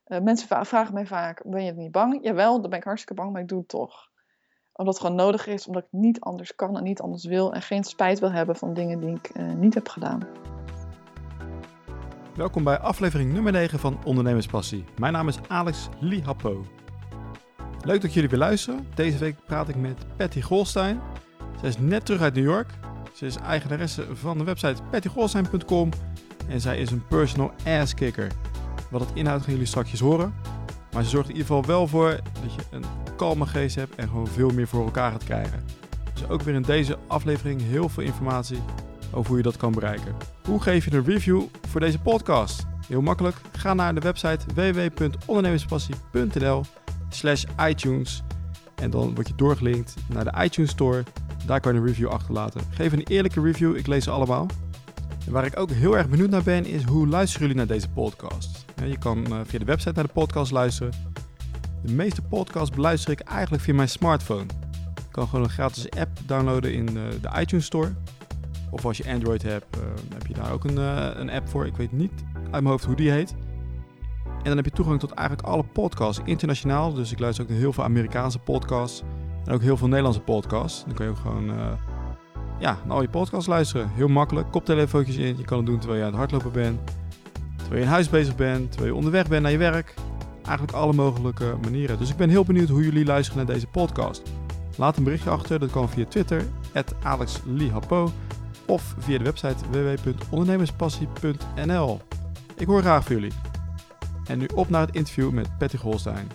Mensen vragen mij vaak, ben je niet bang? Jawel, dan ben ik hartstikke bang, maar ik doe het toch. Omdat het gewoon nodig is, omdat ik niet anders kan en niet anders wil. En geen spijt wil hebben van dingen die ik niet heb gedaan. Welkom bij aflevering nummer 9 van Ondernemerspassie. Mijn naam is Alex Lihapo. Leuk dat jullie weer luisteren. Deze week praat ik met Patty Goldstein. Zij is net terug uit New York. Ze is eigenaresse van de website pattygoldstein.com. En zij is een personal ass kicker. Wat het inhoudt gaan jullie straks horen. Maar ze zorgt in ieder geval wel voor dat je een kalme geest hebt en gewoon veel meer voor elkaar gaat krijgen. Dus ook weer in deze aflevering heel veel informatie over hoe je dat kan bereiken. Hoe geef je een review voor deze podcast? Heel makkelijk. Ga naar de website www.ondernemerspassie.nl/iTunes en dan word je doorgelinkt naar de iTunes Store. Daar kan je een review achterlaten. Geef een eerlijke review, ik lees ze allemaal. En waar ik ook heel erg benieuwd naar ben, is hoe luisteren jullie naar deze podcast? Je kan via de website naar de podcast luisteren. De meeste podcasts beluister ik eigenlijk via mijn smartphone. Je kan gewoon een gratis app downloaden in de iTunes Store. Of als je Android hebt, heb je daar ook een app voor. Ik weet niet uit mijn hoofd hoe die heet. En dan heb je toegang tot eigenlijk alle podcasts, internationaal. Dus ik luister ook naar heel veel Amerikaanse podcasts. En ook heel veel Nederlandse podcasts. Dan kan je ook gewoon naar al je podcasts luisteren. Heel makkelijk, koptelefoontjes in. Je kan het doen terwijl je aan het hardlopen bent. Terwijl je in huis bezig bent. Terwijl je onderweg bent naar je werk. Eigenlijk alle mogelijke manieren. Dus ik ben heel benieuwd hoe jullie luisteren naar deze podcast. Laat een berichtje achter. Dat kan via Twitter, @AlexLihapo. Of via de website www.ondernemerspassie.nl. Ik hoor graag van jullie. En nu op naar het interview met Patty Goldstein.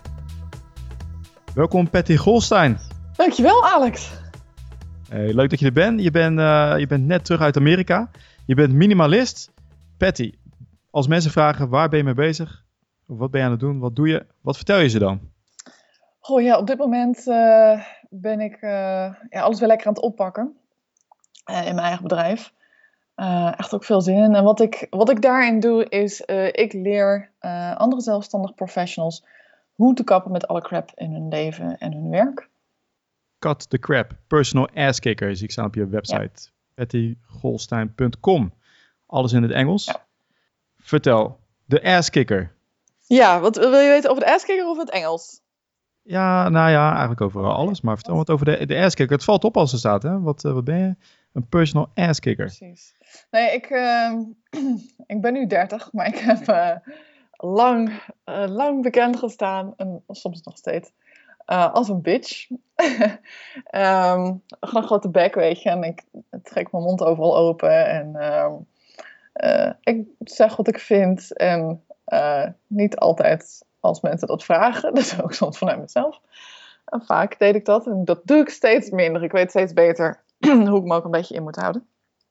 Welkom Patty Goldstein. Dankjewel, Alex. Hey, leuk dat je er bent. Je bent net terug uit Amerika. Je bent minimalist. Patty, als mensen vragen waar ben je mee bezig? Of wat ben je aan het doen? Wat doe je? Wat vertel je ze dan? Goh, ja, op dit moment ben ik alles weer lekker aan het oppakken. In mijn eigen bedrijf. Echt ook veel zin in. En wat ik daarin doe is, ik leer andere zelfstandig professionals hoe te kappen met alle crap in hun leven en hun werk. Cut the crap. Personal ass kicker. Zie ik staan op je website. pattygoldstein.com. Alles in het Engels. Ja. Vertel. De ass kicker. Ja, wat wil je weten over de ass kicker of het Engels? Ja, nou ja, eigenlijk over alles. Maar vertel wat over de ass kicker. Het valt op als er staat, hè? Wat ben je? Een personal ass kicker. Precies. Nee, ik ben nu 30, maar ik heb lang bekend gestaan, en soms nog steeds, als een bitch. Gewoon een grote bek, weet je. En ik trek mijn mond overal open. En ik zeg wat ik vind. En niet altijd als mensen dat vragen. Dat is ook soms vanuit mezelf. En vaak deed ik dat. En dat doe ik steeds minder. Ik weet steeds beter hoe ik me ook een beetje in moet houden.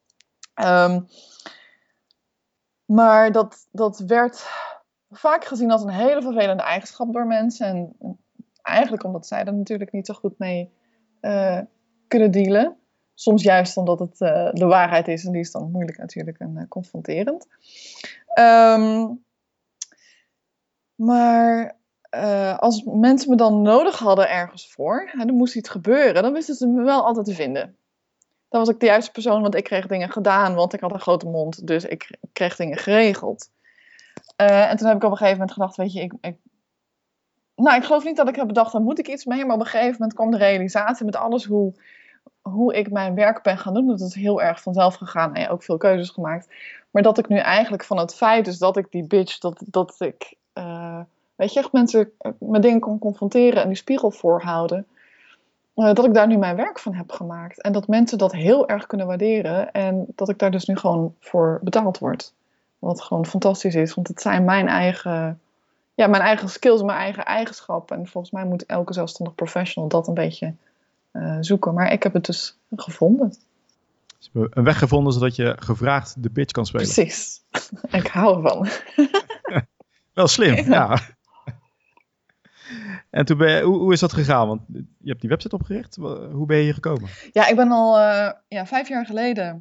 Maar dat werd vaak gezien als een hele vervelende eigenschap door mensen. En eigenlijk omdat zij er natuurlijk niet zo goed mee kunnen dealen. Soms juist omdat het de waarheid is. En die is dan moeilijk natuurlijk en confronterend. Maar als mensen me dan nodig hadden ergens voor, er moest iets gebeuren, dan wisten ze me wel altijd te vinden. Dan was ik de juiste persoon, want ik kreeg dingen gedaan, want ik had een grote mond, dus ik kreeg dingen geregeld. En toen heb ik op een gegeven moment gedacht, weet je, ik geloof niet dat ik heb bedacht, daar moet ik iets mee, maar op een gegeven moment kwam de realisatie met alles hoe ik mijn werk ben gaan doen. Dat is heel erg vanzelf gegaan en ook veel keuzes gemaakt. Maar dat ik nu eigenlijk van het feit dus dat ik die bitch, dat ik, weet je, echt mensen met dingen kon confronteren en die spiegel voorhouden. Dat ik daar nu mijn werk van heb gemaakt. En dat mensen dat heel erg kunnen waarderen. En dat ik daar dus nu gewoon voor betaald word. Wat gewoon fantastisch is. Want het zijn mijn eigen skills, mijn eigen eigenschappen. En volgens mij moet elke zelfstandig professional dat een beetje zoeken. Maar ik heb het dus gevonden. Een weg gevonden zodat je gevraagd de bitch kan spelen. Precies. Ik hou ervan. Wel slim, ja. En toen hoe is dat gegaan? Want je hebt die website opgericht. Hoe ben je hier gekomen? Ja, ik ben al 5 jaar geleden.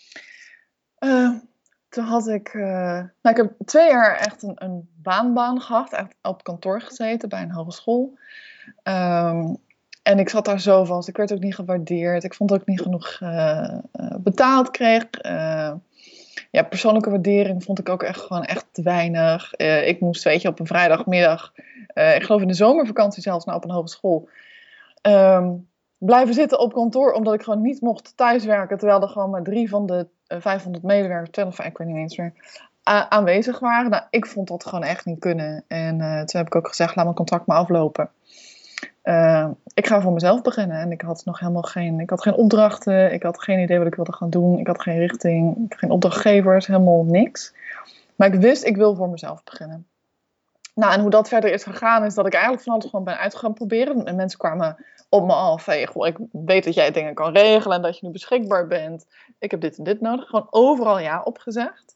Toen had ik... ik heb 2 jaar echt een baan gehad. Echt op kantoor gezeten bij een hogeschool. En ik zat daar zo vast. Ik werd ook niet gewaardeerd. Ik vond dat ik niet genoeg betaald kreeg. Ja, persoonlijke waardering vond ik ook echt te weinig. Ik moest, weet je, op een vrijdagmiddag, ik geloof in de zomervakantie zelfs, op een hogeschool, ehm, blijven zitten op kantoor, omdat ik gewoon niet mocht thuiswerken, terwijl er gewoon maar 3 van de 500 medewerkers, ik weet niet eens meer, aanwezig waren. Nou, ik vond dat gewoon echt niet kunnen. En toen heb ik ook gezegd, laat mijn contract maar aflopen. Ik ga voor mezelf beginnen. En ik had nog helemaal geen opdrachten. Ik had geen idee wat ik wilde gaan doen. Ik had geen richting, geen opdrachtgevers, helemaal niks. Maar ik wist, ik wil voor mezelf beginnen. Nou, en hoe dat verder is gegaan, is dat ik eigenlijk van alles gewoon ben uit gaan proberen. En mensen kwamen op me af. Hey, goh, ik weet dat jij dingen kan regelen en dat je nu beschikbaar bent. Ik heb dit en dit nodig. Gewoon overal ja op gezegd.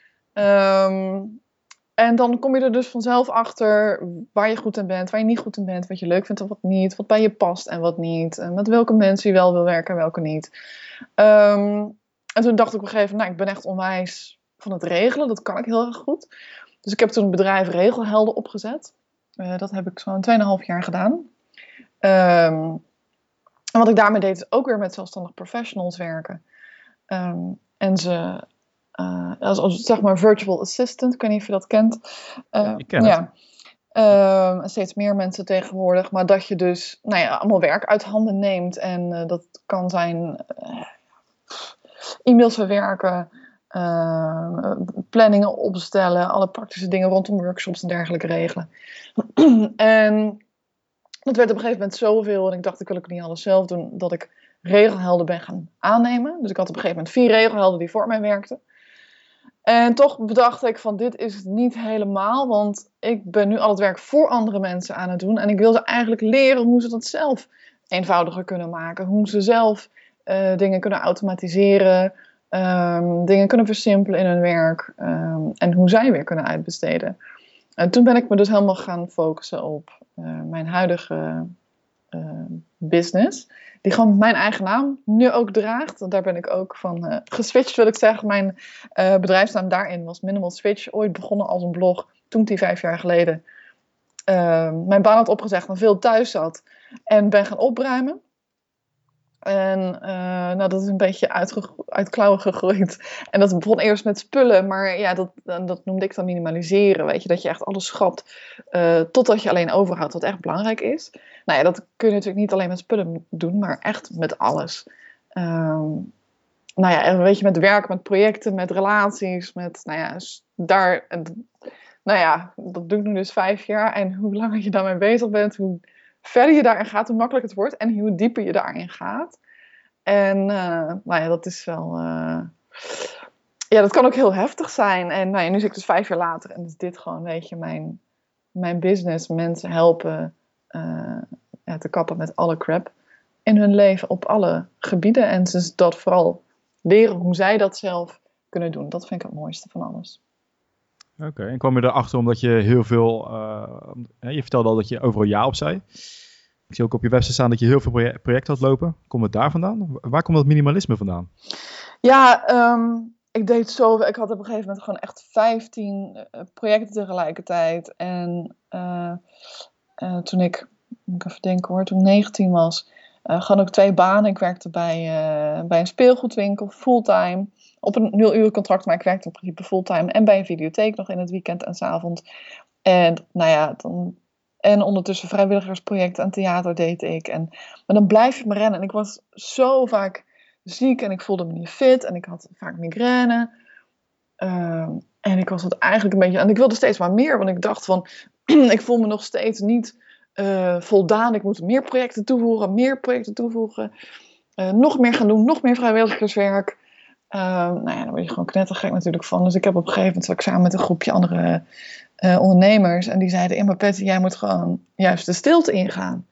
En dan kom je er dus vanzelf achter waar je goed in bent, waar je niet goed in bent, wat je leuk vindt of wat niet, wat bij je past en wat niet, en met welke mensen je wel wil werken en welke niet. En toen dacht ik op een gegeven moment, ik ben echt onwijs van het regelen, dat kan ik heel erg goed. Dus ik heb toen een bedrijf Regelhelden opgezet. Dat heb ik zo'n 2,5 jaar gedaan. En wat ik daarmee deed, is ook weer met zelfstandig professionals werken. En ze... als zeg maar virtual assistant, ik weet niet of je dat kent. Ik ken het. Ja. Steeds meer mensen tegenwoordig. Maar dat je dus allemaal werk uit handen neemt. En dat kan zijn e-mails verwerken, planningen opstellen, alle praktische dingen rondom workshops en dergelijke regelen. En dat werd op een gegeven moment zoveel. En ik dacht, ik wil ook niet alles zelf doen, dat ik regelhelden ben gaan aannemen. Dus ik had op een gegeven moment 4 regelhelden die voor mij werkten. En toch bedacht ik van, dit is het niet helemaal, want ik ben nu al het werk voor andere mensen aan het doen. En ik wil ze eigenlijk leren hoe ze dat zelf eenvoudiger kunnen maken. Hoe ze zelf dingen kunnen automatiseren, dingen kunnen versimpelen in hun werk. En hoe zij weer kunnen uitbesteden. En toen ben ik me dus helemaal gaan focussen op mijn huidige business. Die gewoon mijn eigen naam nu ook draagt. Daar ben ik ook van geswitcht, wil ik zeggen. Mijn bedrijfsnaam daarin was Minimal Switch. Ooit begonnen als een blog, toen 5 jaar geleden. Mijn baan had opgezegd en veel thuis zat. En ben gaan opruimen. En dat is een beetje uit klauwen gegroeid. En dat begon eerst met spullen, maar ja, dat noemde ik dan minimaliseren. Weet je, dat je echt alles schrapt totdat je alleen overhoudt wat echt belangrijk is. Nou ja, dat kun je natuurlijk niet alleen met spullen doen, maar echt met alles. En weet je, met werk, met projecten, met relaties, met, dat doe ik nu dus 5 jaar. En hoe langer je daarmee bezig bent, hoe verder je daarin gaat, hoe makkelijker het wordt en hoe dieper je daarin gaat. En dat is wel... dat kan ook heel heftig zijn. En nu zit ik dus 5 jaar later en is dit gewoon, weet je, mijn business. Mensen helpen te kappen met alle crap in hun leven op alle gebieden. En dus dat vooral leren hoe zij dat zelf kunnen doen. Dat vind ik het mooiste van alles. Oké, en kwam je erachter omdat je heel veel... je vertelde al dat je overal ja op zei. Ik zie ook op je website staan dat je heel veel projecten had lopen. Komt het daar vandaan? Waar komt dat minimalisme vandaan? Ja, ik deed zoveel. Ik had op een gegeven moment gewoon echt 15 projecten tegelijkertijd. En toen ik moet even denken hoor, toen ik 19 was, gewoon ook 2 banen. Ik werkte bij een speelgoedwinkel, fulltime. Op een 0-uur contract, maar ik werkte in principe fulltime. En bij een videotheek nog in het weekend en 's avonds. En en ondertussen vrijwilligersprojecten en theater deed ik. Maar dan blijf je maar rennen. En ik was zo vaak ziek en ik voelde me niet fit. En ik had vaak migraine. En ik was het eigenlijk een beetje... En ik wilde steeds maar meer. Want ik dacht van... ik voel me nog steeds niet voldaan. Ik moet meer projecten toevoegen. Nog meer gaan doen. Nog meer vrijwilligerswerk. Dan word je gewoon knettergek natuurlijk van. Dus ik heb op een gegeven moment... zat ik samen met een groepje andere... ondernemers. En die zeiden, maar Patty, jij moet gewoon juist de stilte ingaan.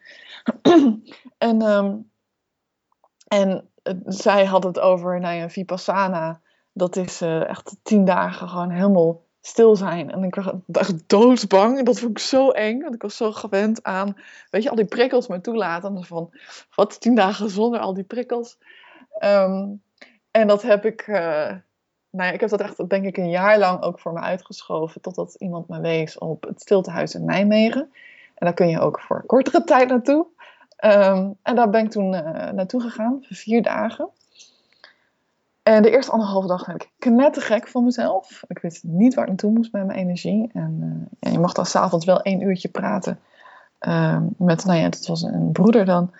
En zij had het over Vipassana. Dat is echt 10 dagen gewoon helemaal stil zijn. En ik was echt doodsbang. Dat vond ik zo eng. Want ik was zo gewend aan, weet je, al die prikkels me toelaten. En van, wat 10 dagen zonder al die prikkels. En dat heb ik... ik heb dat echt, denk ik, een jaar lang ook voor me uitgeschoven. Totdat iemand me wees op het Stiltehuis in Nijmegen. En daar kun je ook voor kortere tijd naartoe. En daar ben ik toen naartoe gegaan, voor 4 dagen. En de eerste 1,5 dag ben ik knettergek van mezelf. Ik wist niet waar ik naartoe moest met mijn energie. En je mag dan 's avonds wel 1 uurtje praten. Met, dat was een broeder dan.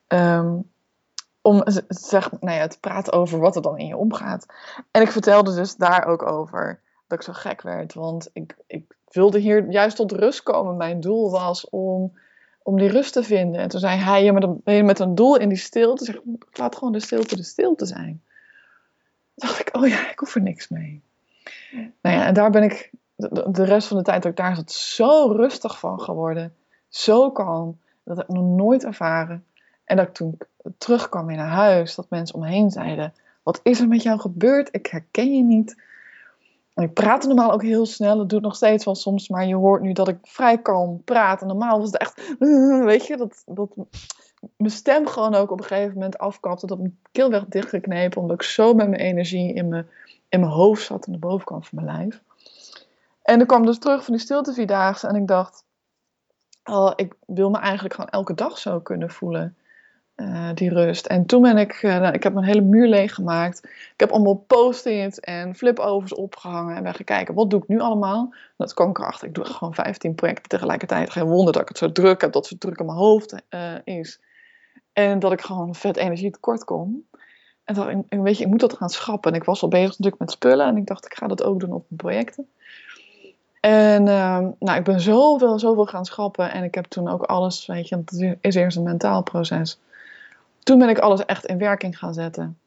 Om te praten over wat er dan in je omgaat. En ik vertelde dus daar ook over dat ik zo gek werd. Want ik wilde hier juist tot rust komen. Mijn doel was om die rust te vinden. En toen zei hij, ja, maar dan ben je met een doel in die stilte. Zeg, laat gewoon de stilte zijn. Toen dacht ik, oh ja, ik hoef er niks mee. En daar ben ik de rest van de tijd dat ik daar zat zo rustig van geworden. Zo kalm. Dat heb ik nog nooit ervaren. En dat ik toen ik terugkwam weer naar huis, dat mensen om me heen zeiden, wat is er met jou gebeurd? Ik herken je niet. En ik praatte normaal ook heel snel. Dat doe ik nog steeds wel soms. Maar je hoort nu dat ik vrij kalm praat. En normaal was het echt, weet je, dat mijn stem gewoon ook op een gegeven moment afkapte. Dat mijn keel werd dichtgeknepen. Omdat ik zo met mijn energie in mijn hoofd zat. Aan de bovenkant van mijn lijf. En ik kwam dus terug van die stilte-vierdaagse. En ik dacht, ik wil me eigenlijk gewoon elke dag zo kunnen voelen. Die rust. En toen ben ik heb mijn hele muur leeggemaakt. Ik heb allemaal post-its en flipovers opgehangen. En ben gaan kijken, wat doe ik nu allemaal? Dat kwam ik erachter. Ik doe gewoon 15 projecten tegelijkertijd. Geen wonder dat ik het zo druk heb. Dat het zo druk in mijn hoofd is. En dat ik gewoon vet energie tekort kom. En dacht ik, weet je, ik moet dat gaan schrappen. En ik was al bezig natuurlijk met spullen. En ik dacht, ik ga dat ook doen op mijn projecten. En ik ben zoveel gaan schrappen. En ik heb toen ook alles, weet je, want het is eerst een mentaal proces. Toen ben ik alles echt in werking gaan zetten.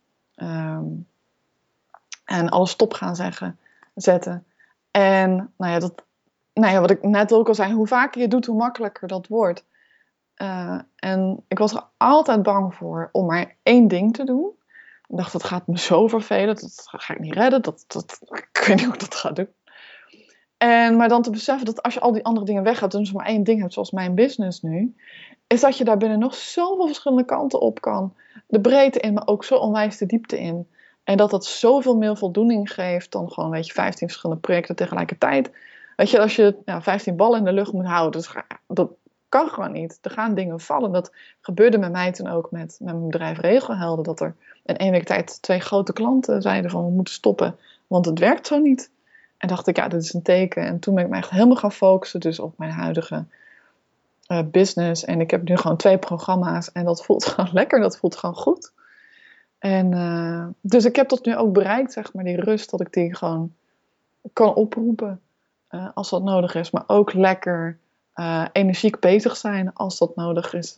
En alles stop gaan zetten. En wat ik net ook al zei, hoe vaker je doet, hoe makkelijker dat wordt. En ik was er altijd bang voor om maar 1 ding te doen. Ik dacht, dat gaat me zo vervelen, dat ga ik niet redden. Ik weet niet hoe ik dat ga doen. Maar dan te beseffen dat als je al die andere dingen weggaat, dus maar 1 ding hebt, zoals mijn business nu, is dat je daar binnen nog zoveel verschillende kanten op kan. De breedte in, maar ook zo onwijs de diepte in. En dat zoveel meer voldoening geeft dan gewoon, weet je, 15 verschillende projecten tegelijkertijd. Weet je, als je 15 ballen in de lucht moet houden, dat kan gewoon niet. Er gaan dingen vallen. Dat gebeurde met mij toen ook met mijn bedrijf Regelhelden. Dat er in 1 week tijd 2 grote klanten zeiden van, we moeten stoppen, want het werkt zo niet. En dacht ik, dit is een teken. En toen ben ik me echt helemaal gaan focussen dus op mijn huidige business. En ik heb nu gewoon 2 programma's. En dat voelt gewoon lekker. Dat voelt gewoon goed. En dus ik heb tot nu ook bereikt, zeg maar, die rust. Dat ik die gewoon kan oproepen als dat nodig is. Maar ook lekker energiek bezig zijn als dat nodig is.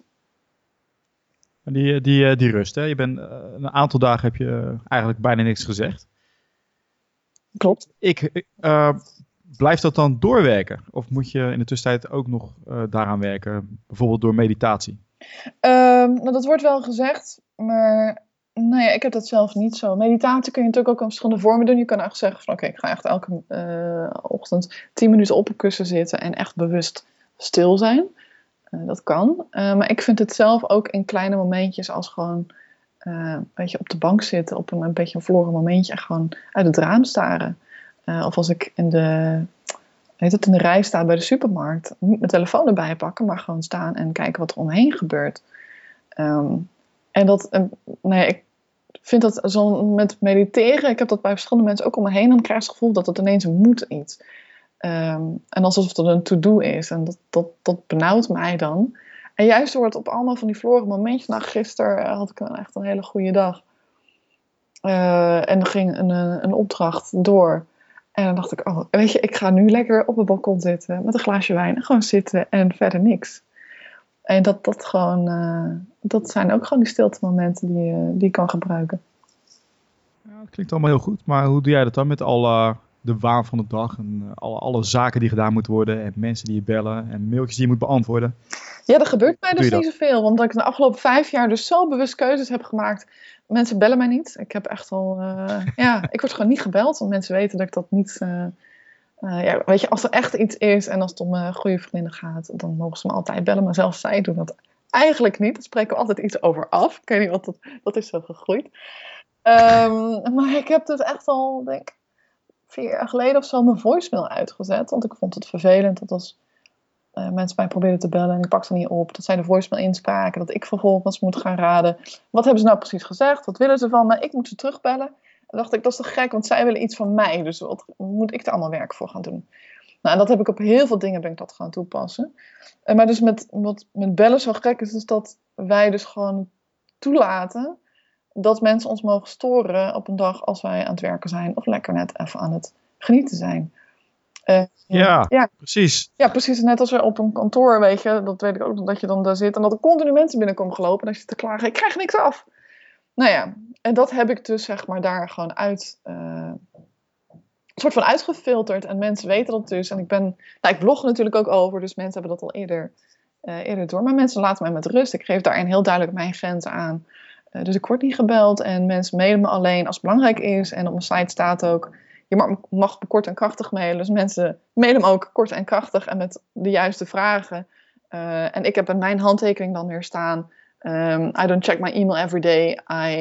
Die rust, hè? Je bent een aantal dagen heb je eigenlijk bijna niks gezegd. Klopt. Blijft dat dan doorwerken? Of moet je in de tussentijd ook nog daaraan werken? Bijvoorbeeld door meditatie? Dat wordt wel gezegd. Maar ik heb dat zelf niet zo. Meditatie kun je natuurlijk ook in verschillende vormen doen. Je kan echt zeggen van ik ga echt elke ochtend 10 minuten op een kussen zitten. En echt bewust stil zijn. Dat kan. Maar ik vind het zelf ook in kleine momentjes als gewoon op de bank zitten. Op een beetje een verloren momentje. En gewoon uit het raam staren. Of als ik in de rij sta bij de supermarkt. Niet mijn telefoon erbij pakken. Maar gewoon staan en kijken wat er omheen gebeurt. Ik vind dat zo met mediteren. Ik heb dat bij verschillende mensen ook om me heen. Dan krijg je het gevoel dat het ineens moet iets. En alsof het een to-do is. En dat benauwt mij dan. En juist door het op allemaal van die verloren momentjes. Nou, gisteren had ik echt een hele goede dag. En er ging een opdracht door. En dan dacht ik, weet je, ik ga nu lekker op het balkon zitten. Met een glaasje wijn. En gewoon zitten en verder niks. En dat zijn ook gewoon die stilte momenten die je kan gebruiken. Ja, dat klinkt allemaal heel goed. Maar hoe doe jij dat dan met alle de waan van de dag en alle zaken die gedaan moeten worden en mensen die je bellen en mailtjes die je moet beantwoorden? Ja, dat gebeurt mij dus niet zoveel, want ik de afgelopen 5 jaar dus zo bewust keuzes heb gemaakt. Mensen bellen mij niet. Ik heb echt al, ik word gewoon niet gebeld, want mensen weten dat ik dat niet. Weet je, als er echt iets is en als het om goede vriendinnen gaat, dan mogen ze me altijd bellen, maar zelfs zij doen dat eigenlijk niet. Daar spreken we altijd iets over af. Ik weet niet wat dat is zo gegroeid. Maar ik heb dus echt al, denk ik, 4 jaar geleden of zo mijn voicemail uitgezet. Want ik vond het vervelend dat als mensen mij probeerden te bellen en ik pakte niet op. Dat zij de voicemail inspraken, dat ik vervolgens moet gaan raden. Wat hebben ze nou precies gezegd? Wat willen ze van me? Ik moet ze terugbellen. dacht ik, dat is toch gek, want zij willen iets van mij. Dus wat moet ik er allemaal werk voor gaan doen? Nou, en dat heb ik op heel veel dingen ben ik dat gaan toepassen. Maar dus wat met bellen zo gek is dat wij dus gewoon toelaten dat mensen ons mogen storen op een dag als wij aan het werken zijn. Of lekker net even aan het genieten zijn. Ja, precies. Ja, precies. Net als op een kantoor, weet je. Dat weet ik ook, dat je dan daar zit. En dat er continu mensen binnenkomen gelopen. En als je te klagen, ik krijg niks af. Nou ja, en dat heb ik dus zeg maar daar gewoon uit... soort van uitgefilterd. En mensen weten dat dus. En ik blog er natuurlijk ook over. Dus mensen hebben dat al eerder door. Maar mensen laten mij met rust. Ik geef daarin heel duidelijk mijn grenzen aan. Dus ik word niet gebeld. En mensen mailen me alleen als het belangrijk is. En op mijn site staat ook... Je mag kort en krachtig mailen. Dus mensen mailen me ook kort en krachtig. En met de juiste vragen. En ik heb in mijn handtekening dan weer staan... I don't check my email every day.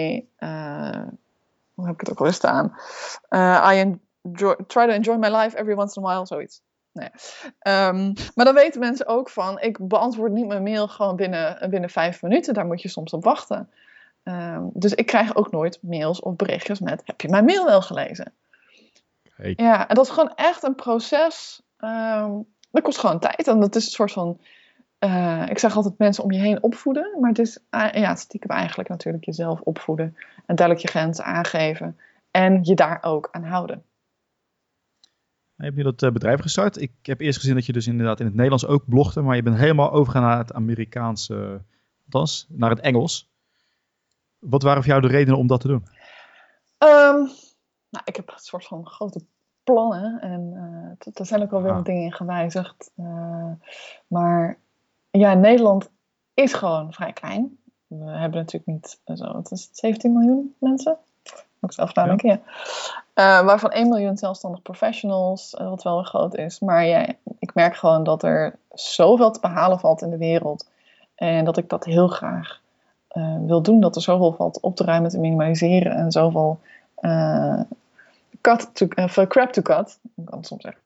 Hoe heb ik het ook alweer staan? Try to enjoy my life every once in a while, zoiets. Nee. Maar dan weten mensen ook van, ik beantwoord niet mijn mail gewoon binnen 5 minuten. Daar moet je soms op wachten. Dus ik krijg ook nooit mails of berichtjes met, heb je mijn mail wel gelezen? Hey. Ja, en dat is gewoon echt een proces. Dat kost gewoon tijd. En dat is een soort van, ik zeg altijd mensen om je heen opvoeden. Maar het is stiekem eigenlijk natuurlijk jezelf opvoeden. En duidelijk je grenzen aangeven. En je daar ook aan houden. Je hebt nu dat bedrijf gestart. Ik heb eerst gezien dat je dus inderdaad in het Nederlands ook blogde. Maar je bent helemaal overgegaan naar het Amerikaanse, althans, naar het Engels. Wat waren voor jou de redenen om dat te doen? Ik heb een soort van grote plannen. En er zijn ook wel weer wat dingen in gewijzigd. Maar ja, Nederland is gewoon vrij klein. We hebben natuurlijk niet zo, het is 17 miljoen mensen. Moet ik zelf nadenken, ja. Waarvan 1 miljoen zelfstandig professionals, wat wel weer groot is. Maar ja, ik merk gewoon dat er zoveel te behalen valt in de wereld. En dat ik dat heel graag wil doen. Dat er zoveel valt op te ruimen, te minimaliseren. En zoveel crap to cut. Ik kan het soms zeggen.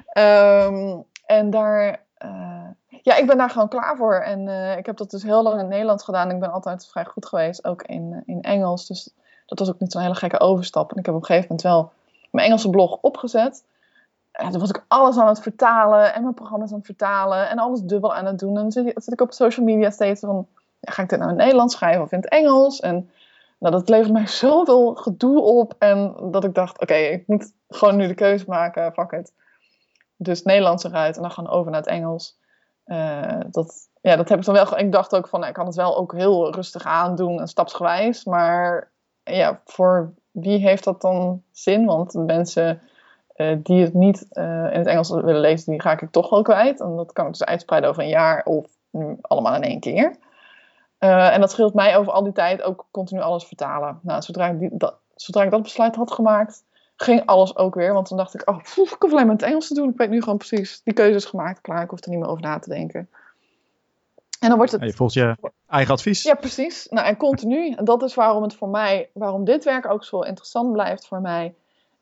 En daar... ik ben daar gewoon klaar voor. En ik heb dat dus heel lang in het Nederlands gedaan. Ik ben altijd vrij goed geweest, ook in Engels. Dus dat was ook niet zo'n hele gekke overstap. En ik heb op een gegeven moment wel mijn Engelse blog opgezet. En toen was ik alles aan het vertalen. En mijn programma's aan het vertalen. En alles dubbel aan het doen. En dan zit ik op social media steeds van... ga ik dit nou in het Nederlands schrijven of in het Engels? En dat levert mij zoveel gedoe op. En dat ik dacht, oké, ik moet gewoon nu de keuze maken. Fuck it. Dus Nederlands eruit en dan gewoon over naar het Engels. Dat heb ik dan wel... Ik dacht ook van, ik kan het wel ook heel rustig aandoen en stapsgewijs. Maar ja, voor wie heeft dat dan zin? Want de mensen die het niet in het Engels willen lezen, die ga ik toch wel kwijt. En dat kan ik dus uitspreiden over een jaar of nu allemaal in 1 keer. En dat scheelt mij over al die tijd ook continu alles vertalen. Nou, zodra ik dat besluit had gemaakt, ging alles ook weer. Want dan dacht ik, ik hoef alleen maar het Engels te doen. Ik weet nu gewoon precies, die keuze is gemaakt, klaar. Ik hoef er niet meer over na te denken. En dan wordt het... Je volgt je eigen advies. Ja, precies. Nou, en continu. En dat is waarom dit werk ook zo interessant blijft voor mij.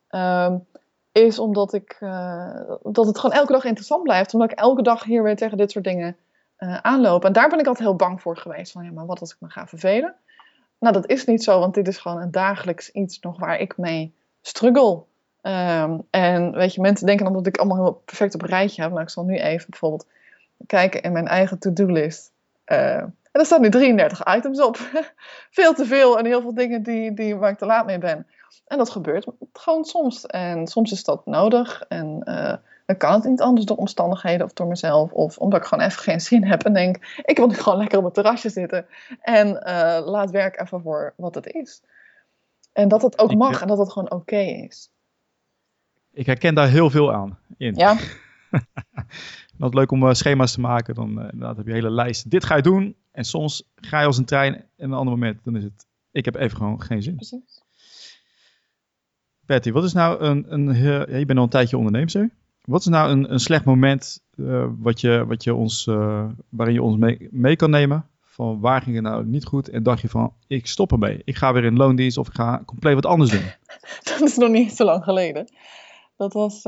Is omdat dat het gewoon elke dag interessant blijft. Omdat ik elke dag hier weer tegen dit soort dingen aanloop. En daar ben ik altijd heel bang voor geweest. Van, ja, maar wat als ik me ga vervelen? Nou, dat is niet zo. Want dit is gewoon een dagelijks iets nog waar ik mee struggle. En weet je, mensen denken dan dat ik allemaal heel perfect op een rijtje heb. Nou, ik zal nu even bijvoorbeeld kijken in mijn eigen to-do-list. En er staan nu 33 items op. Veel te veel en heel veel dingen waar ik te laat mee ben. En dat gebeurt gewoon soms. En soms is dat nodig. En dan kan het niet anders door omstandigheden of door mezelf. Of omdat ik gewoon even geen zin heb en denk, ik wil nu gewoon lekker op het terrasje zitten. En laat werk even voor wat het is. En dat het ook mag en dat het gewoon oké is. Ik herken daar heel veel aan in. Ja. Dat is leuk om schema's te maken. Dan heb je een hele lijst. Dit ga je doen. En soms ga je als een trein. En een ander moment dan is het... Ik heb even gewoon geen zin. Precies. Patty, wat is nou je bent al een tijdje onderneemster. Wat is nou een slecht moment waarin je ons mee kan nemen? Van waar ging het nou niet goed? En dacht je van, ik stop ermee. Ik ga weer in loondienst of ik ga compleet wat anders doen. Dat is nog niet zo lang geleden. Dat was...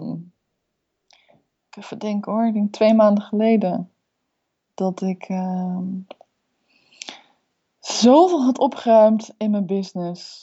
even denken hoor. Ik denk 2 maanden geleden. Dat ik zoveel had opgeruimd in mijn business.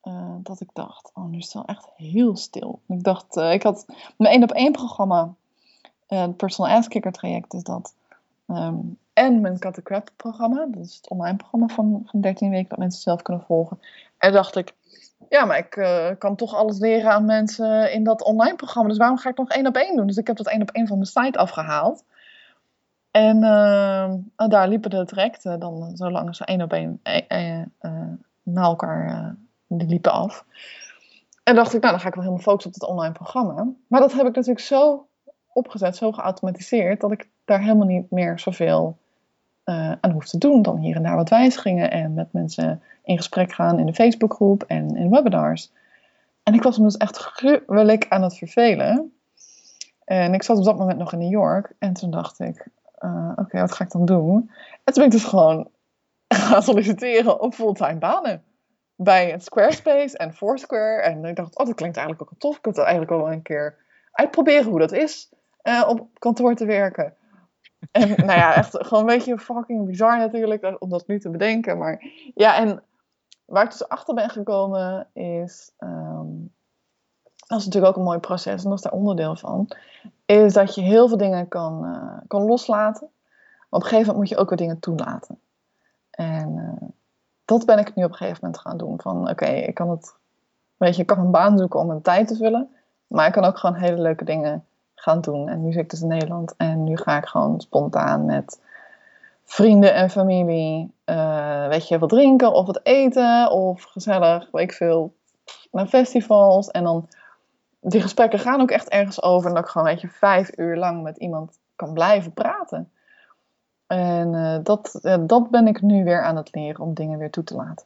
dat ik dacht, nu is het wel echt heel stil. Ik dacht, ik had mijn 1-op-1 programma, het Personal Ass Kicker traject is dat. En mijn Cut the Crap programma, dat is het online programma van 13 weken dat mensen zelf kunnen volgen. En dacht ik, ja, maar ik kan toch alles leren aan mensen in dat online programma. Dus waarom ga ik nog 1-op-1 doen? Dus ik heb dat 1-op-1 van mijn site afgehaald. En daar liepen de trajecten dan zo lang als 1-op-1 na elkaar, die liepen af. En dacht ik, dan ga ik wel helemaal focussen op het online programma. Maar dat heb ik natuurlijk zo opgezet, zo geautomatiseerd, dat ik daar helemaal niet meer zoveel aan hoef te doen. Dan hier en daar wat wijzigingen en met mensen in gesprek gaan in de Facebookgroep en in webinars. En ik was me dus echt gruwelijk aan het vervelen. En ik zat op dat moment nog in New York. En toen dacht ik, oké, wat ga ik dan doen? En toen ben ik dus gewoon gaan solliciteren op fulltime banen. Bij Squarespace en Foursquare. En ik dacht, dat klinkt eigenlijk ook wel tof. Ik wil het eigenlijk wel een keer uitproberen hoe dat is op kantoor te werken. En nou ja, echt gewoon een beetje fucking bizar natuurlijk om dat nu te bedenken. Maar ja, en waar ik dus achter ben gekomen is, dat is natuurlijk ook een mooi proces en dat is daar onderdeel van, is dat je heel veel dingen kan loslaten. Maar op een gegeven moment moet je ook weer dingen toelaten. En dat ben ik nu op een gegeven moment gaan doen. Van oké, ik kan een baan zoeken om mijn tijd te vullen. Maar ik kan ook gewoon hele leuke dingen gaan doen. En nu zit ik dus in Nederland. En nu ga ik gewoon spontaan met vrienden en familie, wat drinken of wat eten. Of gezellig, weet ik veel, naar festivals. En dan, die gesprekken gaan ook echt ergens over. En dat ik gewoon, 5 uur lang met iemand kan blijven praten. En dat ben ik nu weer aan het leren om dingen weer toe te laten.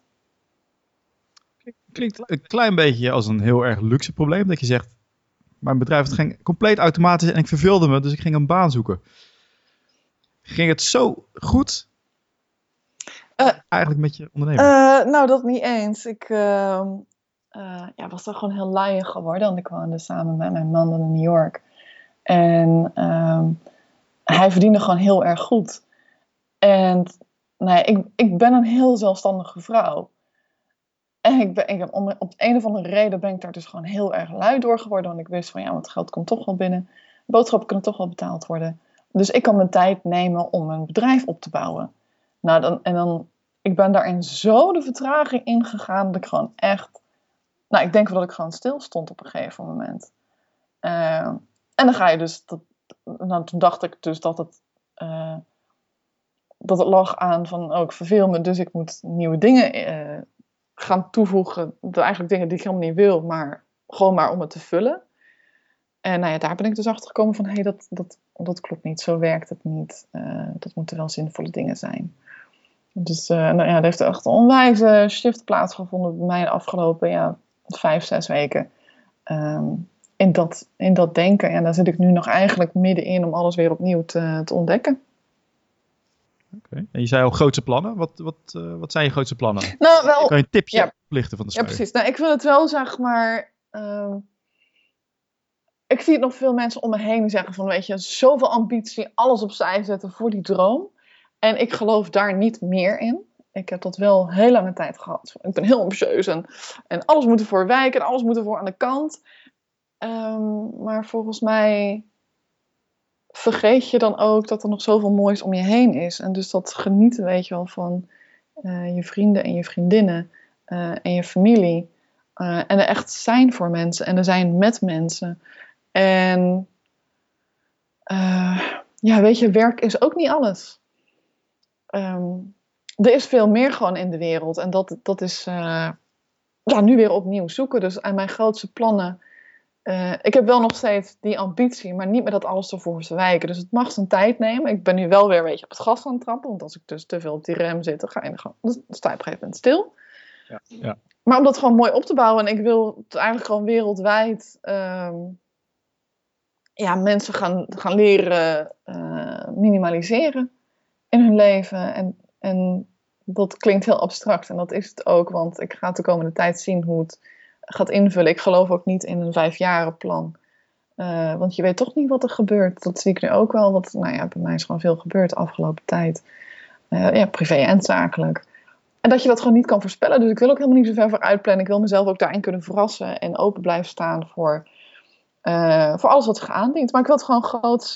Klinkt een klein beetje als een heel erg luxe probleem. Dat je zegt, mijn bedrijf ging compleet automatisch en ik verveelde me. Dus ik ging een baan zoeken. Ging het zo goed? Eigenlijk met je onderneming? Nou, dat niet eens. Ik was er gewoon heel laaiig geworden. Want ik woonde samen met mijn man in New York. En hij verdiende gewoon heel erg goed. En ik ben een heel zelfstandige vrouw. En op een of andere reden ben ik daar dus gewoon heel erg lui door geworden. Want ik wist van, want het geld komt toch wel binnen. Boodschappen kunnen toch wel betaald worden. Dus ik kan mijn tijd nemen om een bedrijf op te bouwen. Ik ben daarin zo de vertraging ingegaan dat ik gewoon echt, ik denk wel dat ik gewoon stil stond op een gegeven moment. En dan ga je dus, toen dacht ik dus dat het lag aan van, ik verveel me, dus ik moet nieuwe dingen gaan toevoegen. Eigenlijk dingen die ik helemaal niet wil, maar gewoon maar om het te vullen. En daar ben ik dus achter gekomen van, dat klopt niet, zo werkt het niet. Dat moeten wel zinvolle dingen zijn. Dus er heeft echt een onwijze shift plaatsgevonden bij mij de afgelopen 5-6 weken. In dat denken. En daar zit ik nu nog eigenlijk middenin om alles weer opnieuw te ontdekken. Okay. En je zei al grootste plannen. Wat zijn je grootste plannen? Nou, wel, kan je een tipje oplichten van de sluier? Ja, precies. Ik vind het wel, zeg maar, ik zie het nog veel mensen om me heen zeggen van, zoveel ambitie, alles opzij zetten voor die droom. En ik geloof daar niet meer in. Ik heb dat wel heel lange tijd gehad. Ik ben heel ambitieus en alles moet ervoor wijken en alles moet ervoor aan de kant. Maar volgens mij vergeet je dan ook dat er nog zoveel moois om je heen is. En dus dat genieten, van je vrienden en je vriendinnen en je familie. En er echt zijn voor mensen en er zijn met mensen. En werk is ook niet alles. Er is veel meer gewoon in de wereld. En dat is nu weer opnieuw zoeken. Dus aan mijn grootste plannen. Ik heb wel nog steeds die ambitie, maar niet meer dat alles ervoor te wijken. Dus het mag zijn tijd nemen. Ik ben nu wel weer op het gas aan het trappen. Want als ik dus te veel op die rem zit, dan sta je op een gegeven moment stil. Ja. Maar om dat gewoon mooi op te bouwen. En ik wil het eigenlijk gewoon wereldwijd mensen gaan leren minimaliseren in hun leven. En dat klinkt heel abstract. En dat is het ook. Want ik ga de komende tijd zien hoe het gaat invullen. Ik geloof ook niet in een 5-jarenplan. Want je weet toch niet wat er gebeurt. Dat zie ik nu ook wel. Bij mij is gewoon veel gebeurd de afgelopen tijd. Privé en zakelijk. En dat je dat gewoon niet kan voorspellen. Dus ik wil ook helemaal niet zo ver vooruit plannen. Ik wil mezelf ook daarin kunnen verrassen. En open blijven staan voor alles wat zich aandient. Maar ik wil het gewoon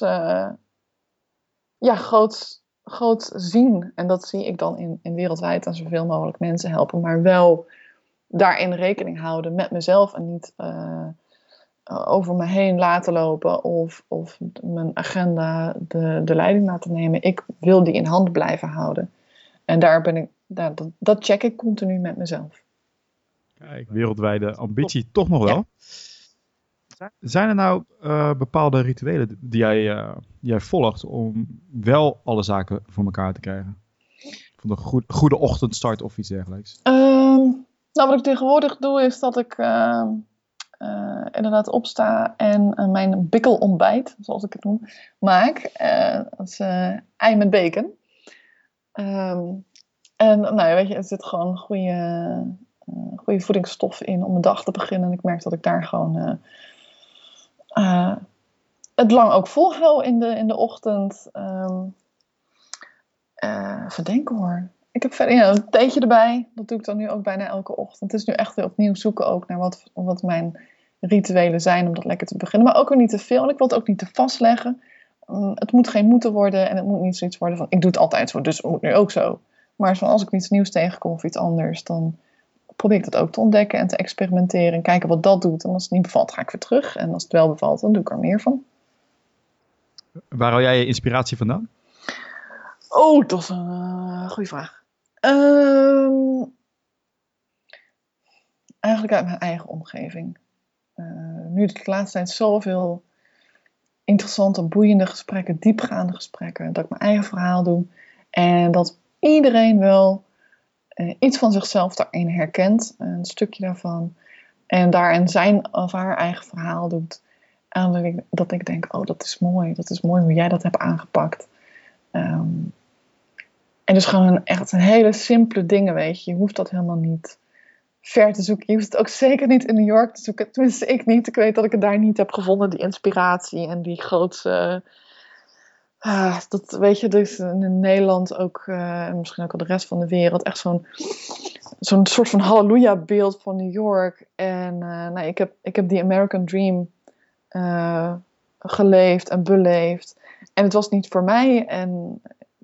groot zien. En dat zie ik dan in wereldwijd aan zoveel mogelijk mensen helpen. Maar wel daarin rekening houden met mezelf. En niet over me heen laten lopen. Of mijn agenda de leiding laten nemen. Ik wil die in hand blijven houden. En daar ben ik... Dat check ik continu met mezelf. Kijk, wereldwijde ambitie toch nog wel. Zijn er nou bepaalde rituelen die jij volgt om wel alle zaken voor elkaar te krijgen? Van een goede ochtendstart of iets dergelijks? Wat ik tegenwoordig doe is dat ik inderdaad opsta en mijn bikkelontbijt, zoals ik het noem, maak. Dat is ei met bacon. En weet je, er zit gewoon goede voedingsstof in om een dag te beginnen. En ik merk dat ik daar gewoon het lang ook volhoud in de ochtend. Even denken hoor. Ik heb verder een theetje erbij. Dat doe ik dan nu ook bijna elke ochtend. Het is nu echt weer opnieuw zoeken ook naar wat mijn rituelen zijn om dat lekker te beginnen. Maar ook weer niet te veel. En ik wil het ook niet te vastleggen. Het moet geen moeten worden. En het moet niet zoiets worden van ik doe het altijd zo, dus het moet nu ook zo. Maar als ik iets nieuws tegenkom of iets anders, dan probeer ik dat ook te ontdekken en te experimenteren. En kijken wat dat doet. En als het niet bevalt, ga ik weer terug. En als het wel bevalt, dan doe ik er meer van. Waar haal jij je inspiratie vandaan? Oh, dat is een goede vraag. Eigenlijk uit mijn eigen omgeving. Nu heb ik de laatste tijd zoveel interessante, boeiende gesprekken, diepgaande gesprekken, dat ik mijn eigen verhaal doe. En dat iedereen wel iets van zichzelf daarin herkent. Een stukje daarvan. En daarin zijn of haar eigen verhaal doet. En dat ik denk, oh, dat is mooi. Dat is mooi hoe jij dat hebt aangepakt. En dus gewoon echt een hele simpele dingen, weet je. Je hoeft dat helemaal niet ver te zoeken. Je hoeft het ook zeker niet in New York te zoeken. Tenminste, ik niet. Ik weet dat ik het daar niet heb gevonden, die inspiratie en die grootse... dat weet je, dus in Nederland ook, en misschien ook al de rest van de wereld, echt zo'n soort van halleluja beeld van New York. En ik heb die American Dream geleefd en beleefd. En het was niet voor mij. En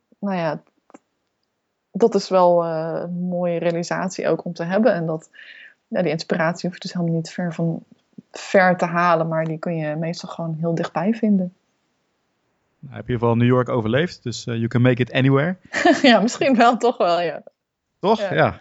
dat is wel een mooie realisatie ook om te hebben. En dat die inspiratie hoef je dus helemaal niet ver te halen, maar die kun je meestal gewoon heel dichtbij vinden. Nou, heb je in ieder geval New York overleefd, dus you can make it anywhere. Ja, misschien wel, toch wel, ja. Toch? Ja.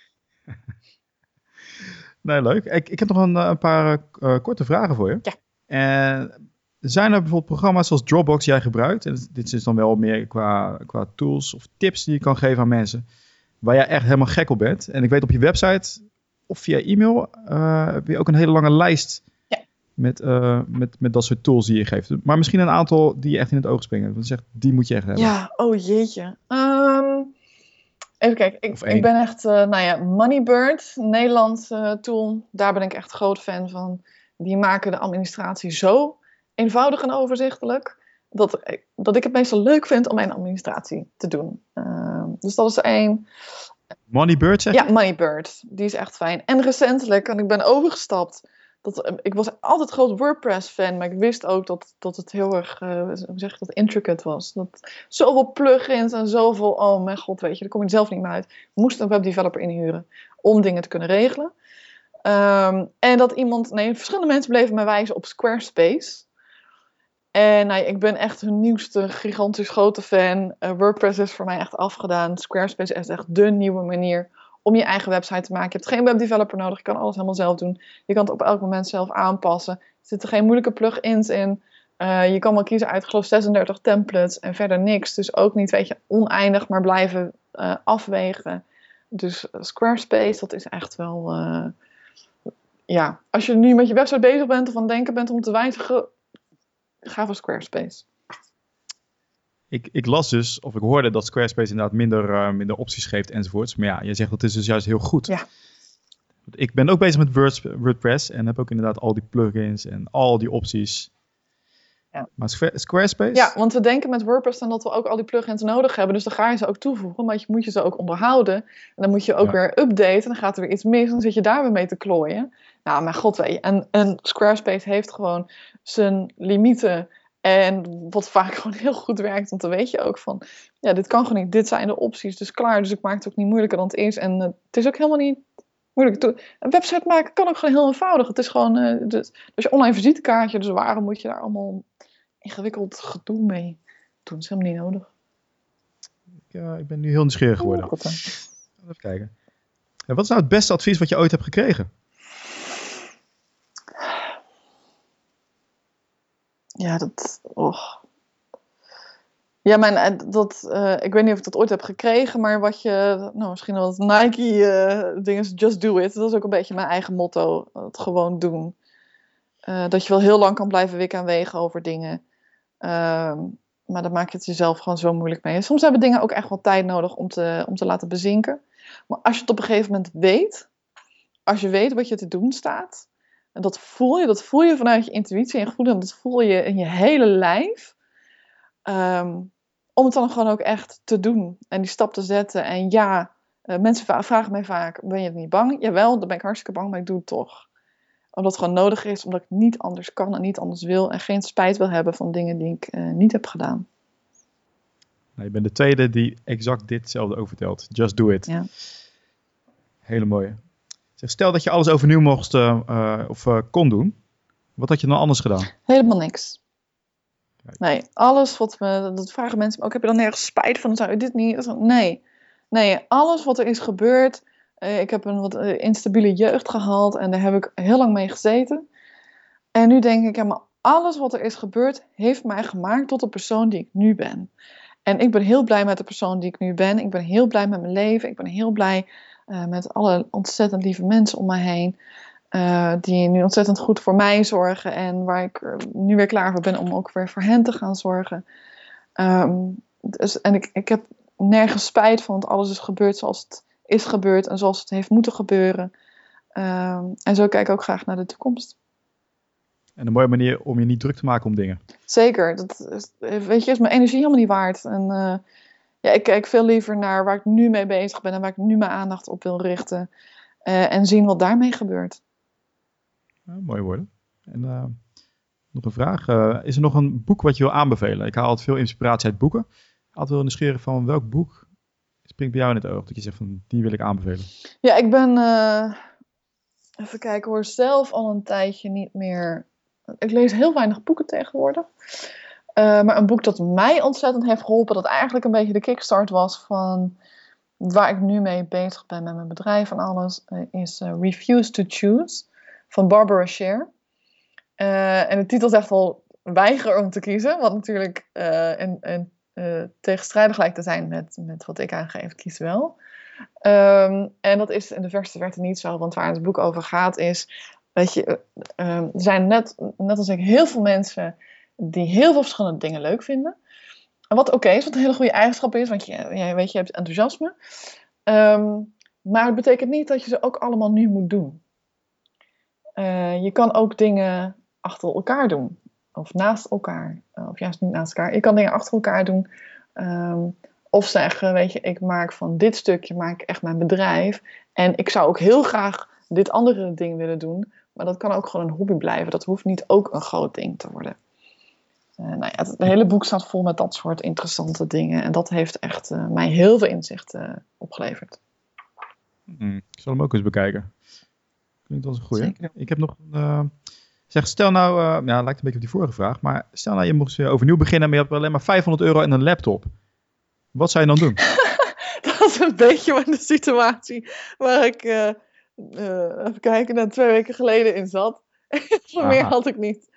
Nee, leuk. Ik heb nog een paar korte vragen voor je. Ja. En zijn er bijvoorbeeld programma's zoals Dropbox jij gebruikt? En dit is dan wel meer qua tools of tips die je kan geven aan mensen, waar jij echt helemaal gek op bent. En ik weet op je website of via e-mail heb je ook een hele lange lijst met dat soort tools die je geeft. Maar misschien een aantal die je echt in het oog springen. Want je zegt, die moet je echt hebben. Ja, oh jeetje. Even kijken. Ik ben echt, Moneybird, een Nederlandse tool. Daar ben ik echt groot fan van. Die maken de administratie zo eenvoudig en overzichtelijk, dat ik het meestal leuk vind om mijn administratie te doen. Dus dat is één. Moneybird zeg je? Ja, Moneybird. Die is echt fijn. En recentelijk, en ik ben overgestapt. Ik was altijd groot WordPress-fan, maar ik wist ook dat het heel erg, intricate was. Dat zoveel plugins en zoveel, oh mijn god, weet je, daar kom je zelf niet meer uit. Ik moest een webdeveloper inhuren om dingen te kunnen regelen. En dat verschillende mensen bleven mij wijzen op Squarespace. En ik ben echt hun nieuwste, gigantisch grote fan. WordPress is voor mij echt afgedaan. Squarespace is echt de nieuwe manier om je eigen website te maken. Je hebt geen webdeveloper nodig. Je kan alles helemaal zelf doen. Je kan het op elk moment zelf aanpassen. Er zitten geen moeilijke plugins in. Je kan wel kiezen uit, geloof 36 templates en verder niks. Dus ook niet, weet je, oneindig, maar blijven afwegen. Dus Squarespace, dat is echt wel... als je nu met je website bezig bent of aan het denken bent om te wijzigen, ga voor Squarespace. Ik las dus, of ik hoorde dat Squarespace inderdaad minder opties geeft enzovoorts. Maar ja, je zegt dat is dus juist heel goed. Ja. Ik ben ook bezig met WordPress en heb ook inderdaad al die plugins en al die opties. Ja. Maar Squarespace? Ja, want we denken met WordPress dan dat we ook al die plugins nodig hebben. Dus dan ga je ze ook toevoegen, maar je moet je ze ook onderhouden. En dan moet je ook weer updaten. Dan gaat er weer iets mis en dan zit je daar weer mee te klooien. Nou, mijn god weet je. En Squarespace heeft gewoon zijn limieten. En wat vaak gewoon heel goed werkt. Want dan weet je ook van, ja, dit kan gewoon niet. Dit zijn de opties, dus klaar. Dus ik maak het ook niet moeilijker dan het is. En het is ook helemaal niet moeilijk. Een website maken kan ook gewoon heel eenvoudig. Het is gewoon, dus je online visitekaartje. Dus waarom moet je daar allemaal ingewikkeld gedoe mee doen? Dat is helemaal niet nodig. Ik ben nu heel nieuwsgierig geworden. Even kijken. En wat is nou het beste advies wat je ooit hebt gekregen? Ja, Ja, ik weet niet of ik dat ooit heb gekregen, maar wat je, misschien wel het Nike-ding is, just do it. Dat is ook een beetje mijn eigen motto, het gewoon doen. Dat je wel heel lang kan blijven wikken en wegen over dingen. Maar dan maak je het jezelf gewoon zo moeilijk mee. Soms hebben dingen ook echt wel tijd nodig om te laten bezinken. Maar als je het op een gegeven moment weet, als je weet wat je te doen staat, en dat voel je vanuit je intuïtie en gevoel, en dat voel je in je hele lijf. Om het dan gewoon ook echt te doen en die stap te zetten. En ja, mensen vragen mij vaak, ben je niet bang? Jawel, dan ben ik hartstikke bang, maar ik doe het toch. Omdat het gewoon nodig is, omdat ik niet anders kan en niet anders wil. En geen spijt wil hebben van dingen die ik niet heb gedaan. Nou, je bent de tweede die exact ditzelfde over vertelt. Just do it. Ja. Hele mooie. Stel dat je alles overnieuw mocht kon doen. Wat had je dan anders gedaan? Helemaal niks. Nee, alles wat dat vragen mensen me ook. Heb je dan nergens spijt van? Zou je dit niet? Nee, alles wat er is gebeurd. Ik heb een wat instabiele jeugd gehad. En daar heb ik heel lang mee gezeten. En nu denk ik, ja, maar alles wat er is gebeurd heeft mij gemaakt tot de persoon die ik nu ben. En ik ben heel blij met de persoon die ik nu ben. Ik ben heel blij met mijn leven. Ik ben heel blij met alle ontzettend lieve mensen om me heen. Die nu ontzettend goed voor mij zorgen. En waar ik nu weer klaar voor ben om ook weer voor hen te gaan zorgen. En ik heb nergens spijt van, want alles is gebeurd zoals het is gebeurd. En zoals het heeft moeten gebeuren. En zo kijk ik ook graag naar de toekomst. En een mooie manier om je niet druk te maken om dingen. Zeker. Dat is mijn energie helemaal niet waard. En ik kijk veel liever naar waar ik nu mee bezig ben. En waar ik nu mijn aandacht op wil richten. En zien wat daarmee gebeurt. Ja, mooie woorden. En nog een vraag. Is er nog een boek wat je wil aanbevelen? Ik haal altijd veel inspiratie uit boeken. Ik altijd wil nieuwsgierig van welk boek springt bij jou in het oog? Dat je zegt van die wil ik aanbevelen. Ja, ik ben... even kijken hoor. Zelf al een tijdje niet meer... Ik lees heel weinig boeken tegenwoordig. Maar een boek dat mij ontzettend heeft geholpen. Dat eigenlijk een beetje de kickstart was van... Waar ik nu mee bezig ben met mijn bedrijf en alles. Is Refuse to Choose. Van Barbara Sher. En de titel zegt al weiger om te kiezen. Wat natuurlijk tegenstrijdig lijkt te zijn met wat ik aangeef. Kies wel. En dat is in de verste verte niet zo. Want waar het boek over gaat is... Weet je, er zijn net als ik heel veel mensen... die heel veel verschillende dingen leuk vinden. En wat oké is, wat een hele goede eigenschap is. Want je hebt enthousiasme. Maar het betekent niet dat je ze ook allemaal nu moet doen. Je kan ook dingen achter elkaar doen. Of naast elkaar. Of juist niet naast elkaar. Je kan dingen achter elkaar doen. Of zeggen, weet je, ik maak van dit stukje echt mijn bedrijf. En ik zou ook heel graag dit andere ding willen doen. Maar dat kan ook gewoon een hobby blijven. Dat hoeft niet ook een groot ding te worden. Het hele boek staat vol met dat soort interessante dingen. En dat heeft echt mij heel veel inzicht opgeleverd. Ik zal hem ook eens bekijken. Klinkt als een goeie. Zeker. Ik heb nog een... stel nou... lijkt een beetje op die vorige vraag. Maar stel nou je moest weer overnieuw beginnen. Maar je hebt alleen maar €500 en een laptop. Wat zou je dan doen? Dat is een beetje de situatie waar ik... even kijken, 2 weken geleden in zat. Voor meer had ik niet.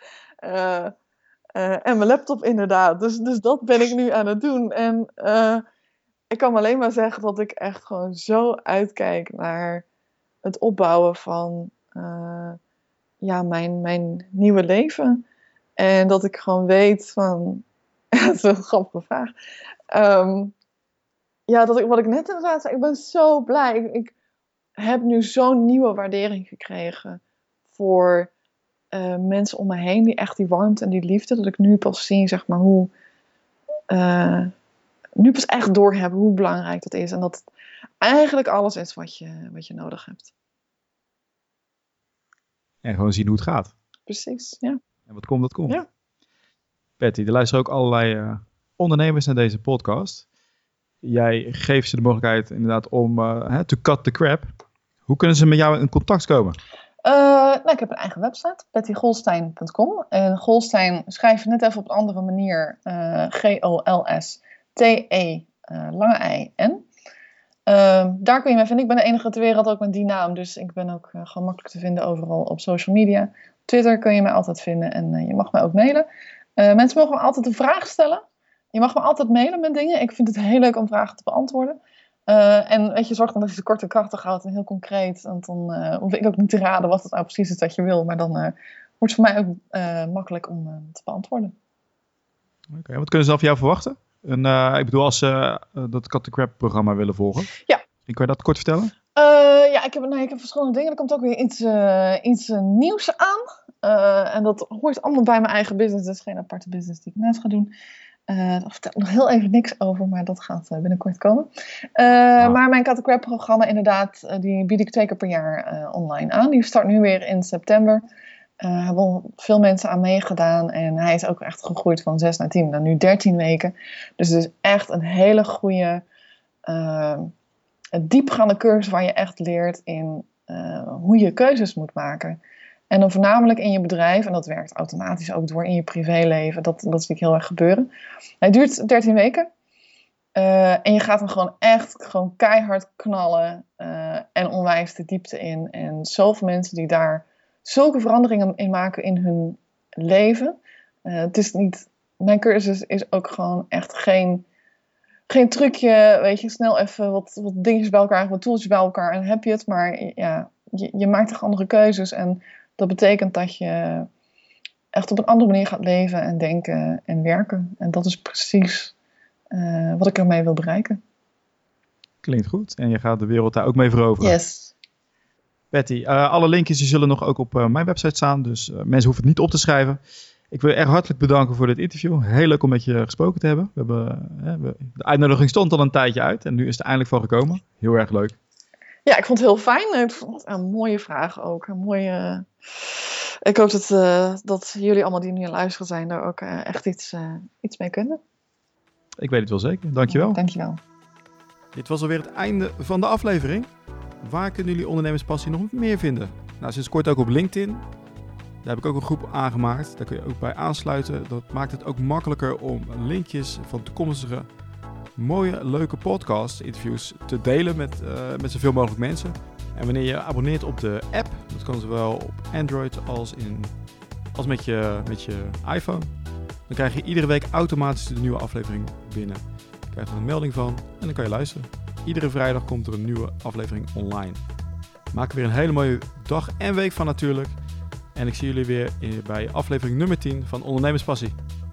En mijn laptop inderdaad. Dus dat ben ik nu aan het doen. En ik kan alleen maar zeggen dat ik echt gewoon zo uitkijk naar het opbouwen van mijn nieuwe leven. En dat ik gewoon weet van... dat is een grappige vraag. Wat ik net inderdaad zei, ik ben zo blij. Ik heb nu zo'n nieuwe waardering gekregen voor mensen om me heen die echt die warmte en die liefde, dat ik nu pas zie, zeg maar, hoe nu pas echt doorhebben hoe belangrijk dat is. En dat het eigenlijk alles is wat je nodig hebt. En gewoon zien hoe het gaat. Precies, ja. En wat komt, dat komt. Ja. Patty, er luisteren ook allerlei ondernemers naar deze podcast. Jij geeft ze de mogelijkheid inderdaad om to cut the crap. Hoe kunnen ze met jou in contact komen? Ik heb een eigen website, pattygolstein.com. En Golstein schrijf je net even op een andere manier. Golstein. Daar kun je mij vinden. Ik ben de enige ter wereld ook met die naam. Dus ik ben ook gewoon makkelijk te vinden overal op social media. Twitter kun je mij altijd vinden. En je mag mij ook mailen. Mensen mogen me altijd een vraag stellen. Je mag me altijd mailen met dingen. Ik vind het heel leuk om vragen te beantwoorden. En weet je, zorg dan dat je het kort en krachtig houdt en heel concreet. Want dan hoef ik ook niet te raden wat het nou precies is dat je wil. Maar dan wordt het voor mij ook makkelijk om te beantwoorden. Oké, wat kunnen ze dan van jou verwachten? Ik bedoel, als ze dat Cut the Crap programma willen volgen. Ja. Kun je dat kort vertellen? Ik heb verschillende dingen. Er komt ook weer iets nieuws aan. En dat hoort allemaal bij mijn eigen business. Dat is geen aparte business die ik naast ga doen. Daar vertel ik nog heel even niks over, maar dat gaat binnenkort komen. Maar mijn Cut the Crap programma inderdaad, die bied ik 2 keer per jaar online aan. Die start nu weer in september. Er hebben al veel mensen aan meegedaan. En hij is ook echt gegroeid van 6 naar 10 naar nu 13 weken. Dus het is echt een hele goede, diepgaande cursus waar je echt leert in hoe je keuzes moet maken. En dan voornamelijk in je bedrijf. En dat werkt automatisch ook door in je privéleven. Dat zie ik heel erg gebeuren. Hij duurt 13 weken. En je gaat hem gewoon keihard knallen. En onwijs de diepte in. En zoveel mensen die daar zulke veranderingen in maken in hun leven. Het is niet... Mijn cursus is ook gewoon echt geen trucje. Weet je, snel even wat dingetjes bij elkaar. Wat tooltjes bij elkaar. En heb je het. Maar ja, je maakt toch andere keuzes. En dat betekent dat je echt op een andere manier gaat leven en denken en werken. En dat is precies wat ik ermee wil bereiken. Klinkt goed. En je gaat de wereld daar ook mee veroveren. Yes. Patty, alle linkjes die zullen nog ook op mijn website staan. Dus mensen hoeven het niet op te schrijven. Ik wil je erg hartelijk bedanken voor dit interview. Heel leuk om met je gesproken te hebben. De uitnodiging stond al een tijdje uit. En nu is het eindelijk van gekomen. Heel erg leuk. Ja, ik vond het heel fijn. Ik vond het een mooie vraag ook. Ik hoop dat jullie allemaal die nu aan luisteren zijn daar ook echt iets mee kunnen. Ik weet het wel zeker. Dankjewel. Dankjewel. Dit was alweer het einde van de aflevering. Waar kunnen jullie ondernemerspassie nog meer vinden? Nou, sinds kort ook op LinkedIn. Daar heb ik ook een groep aangemaakt. Daar kun je ook bij aansluiten. Dat maakt het ook makkelijker om linkjes van toekomstige mooie, leuke podcast-interviews te delen met zoveel mogelijk mensen. En wanneer je abonneert op de app, dat kan zowel op Android als met je iPhone, dan krijg je iedere week automatisch de nieuwe aflevering binnen. Je krijgt er een melding van en dan kan je luisteren. Iedere vrijdag komt er een nieuwe aflevering online. Maak er weer een hele mooie dag en week van natuurlijk. En ik zie jullie weer bij aflevering nummer 10 van Ondernemerspassie.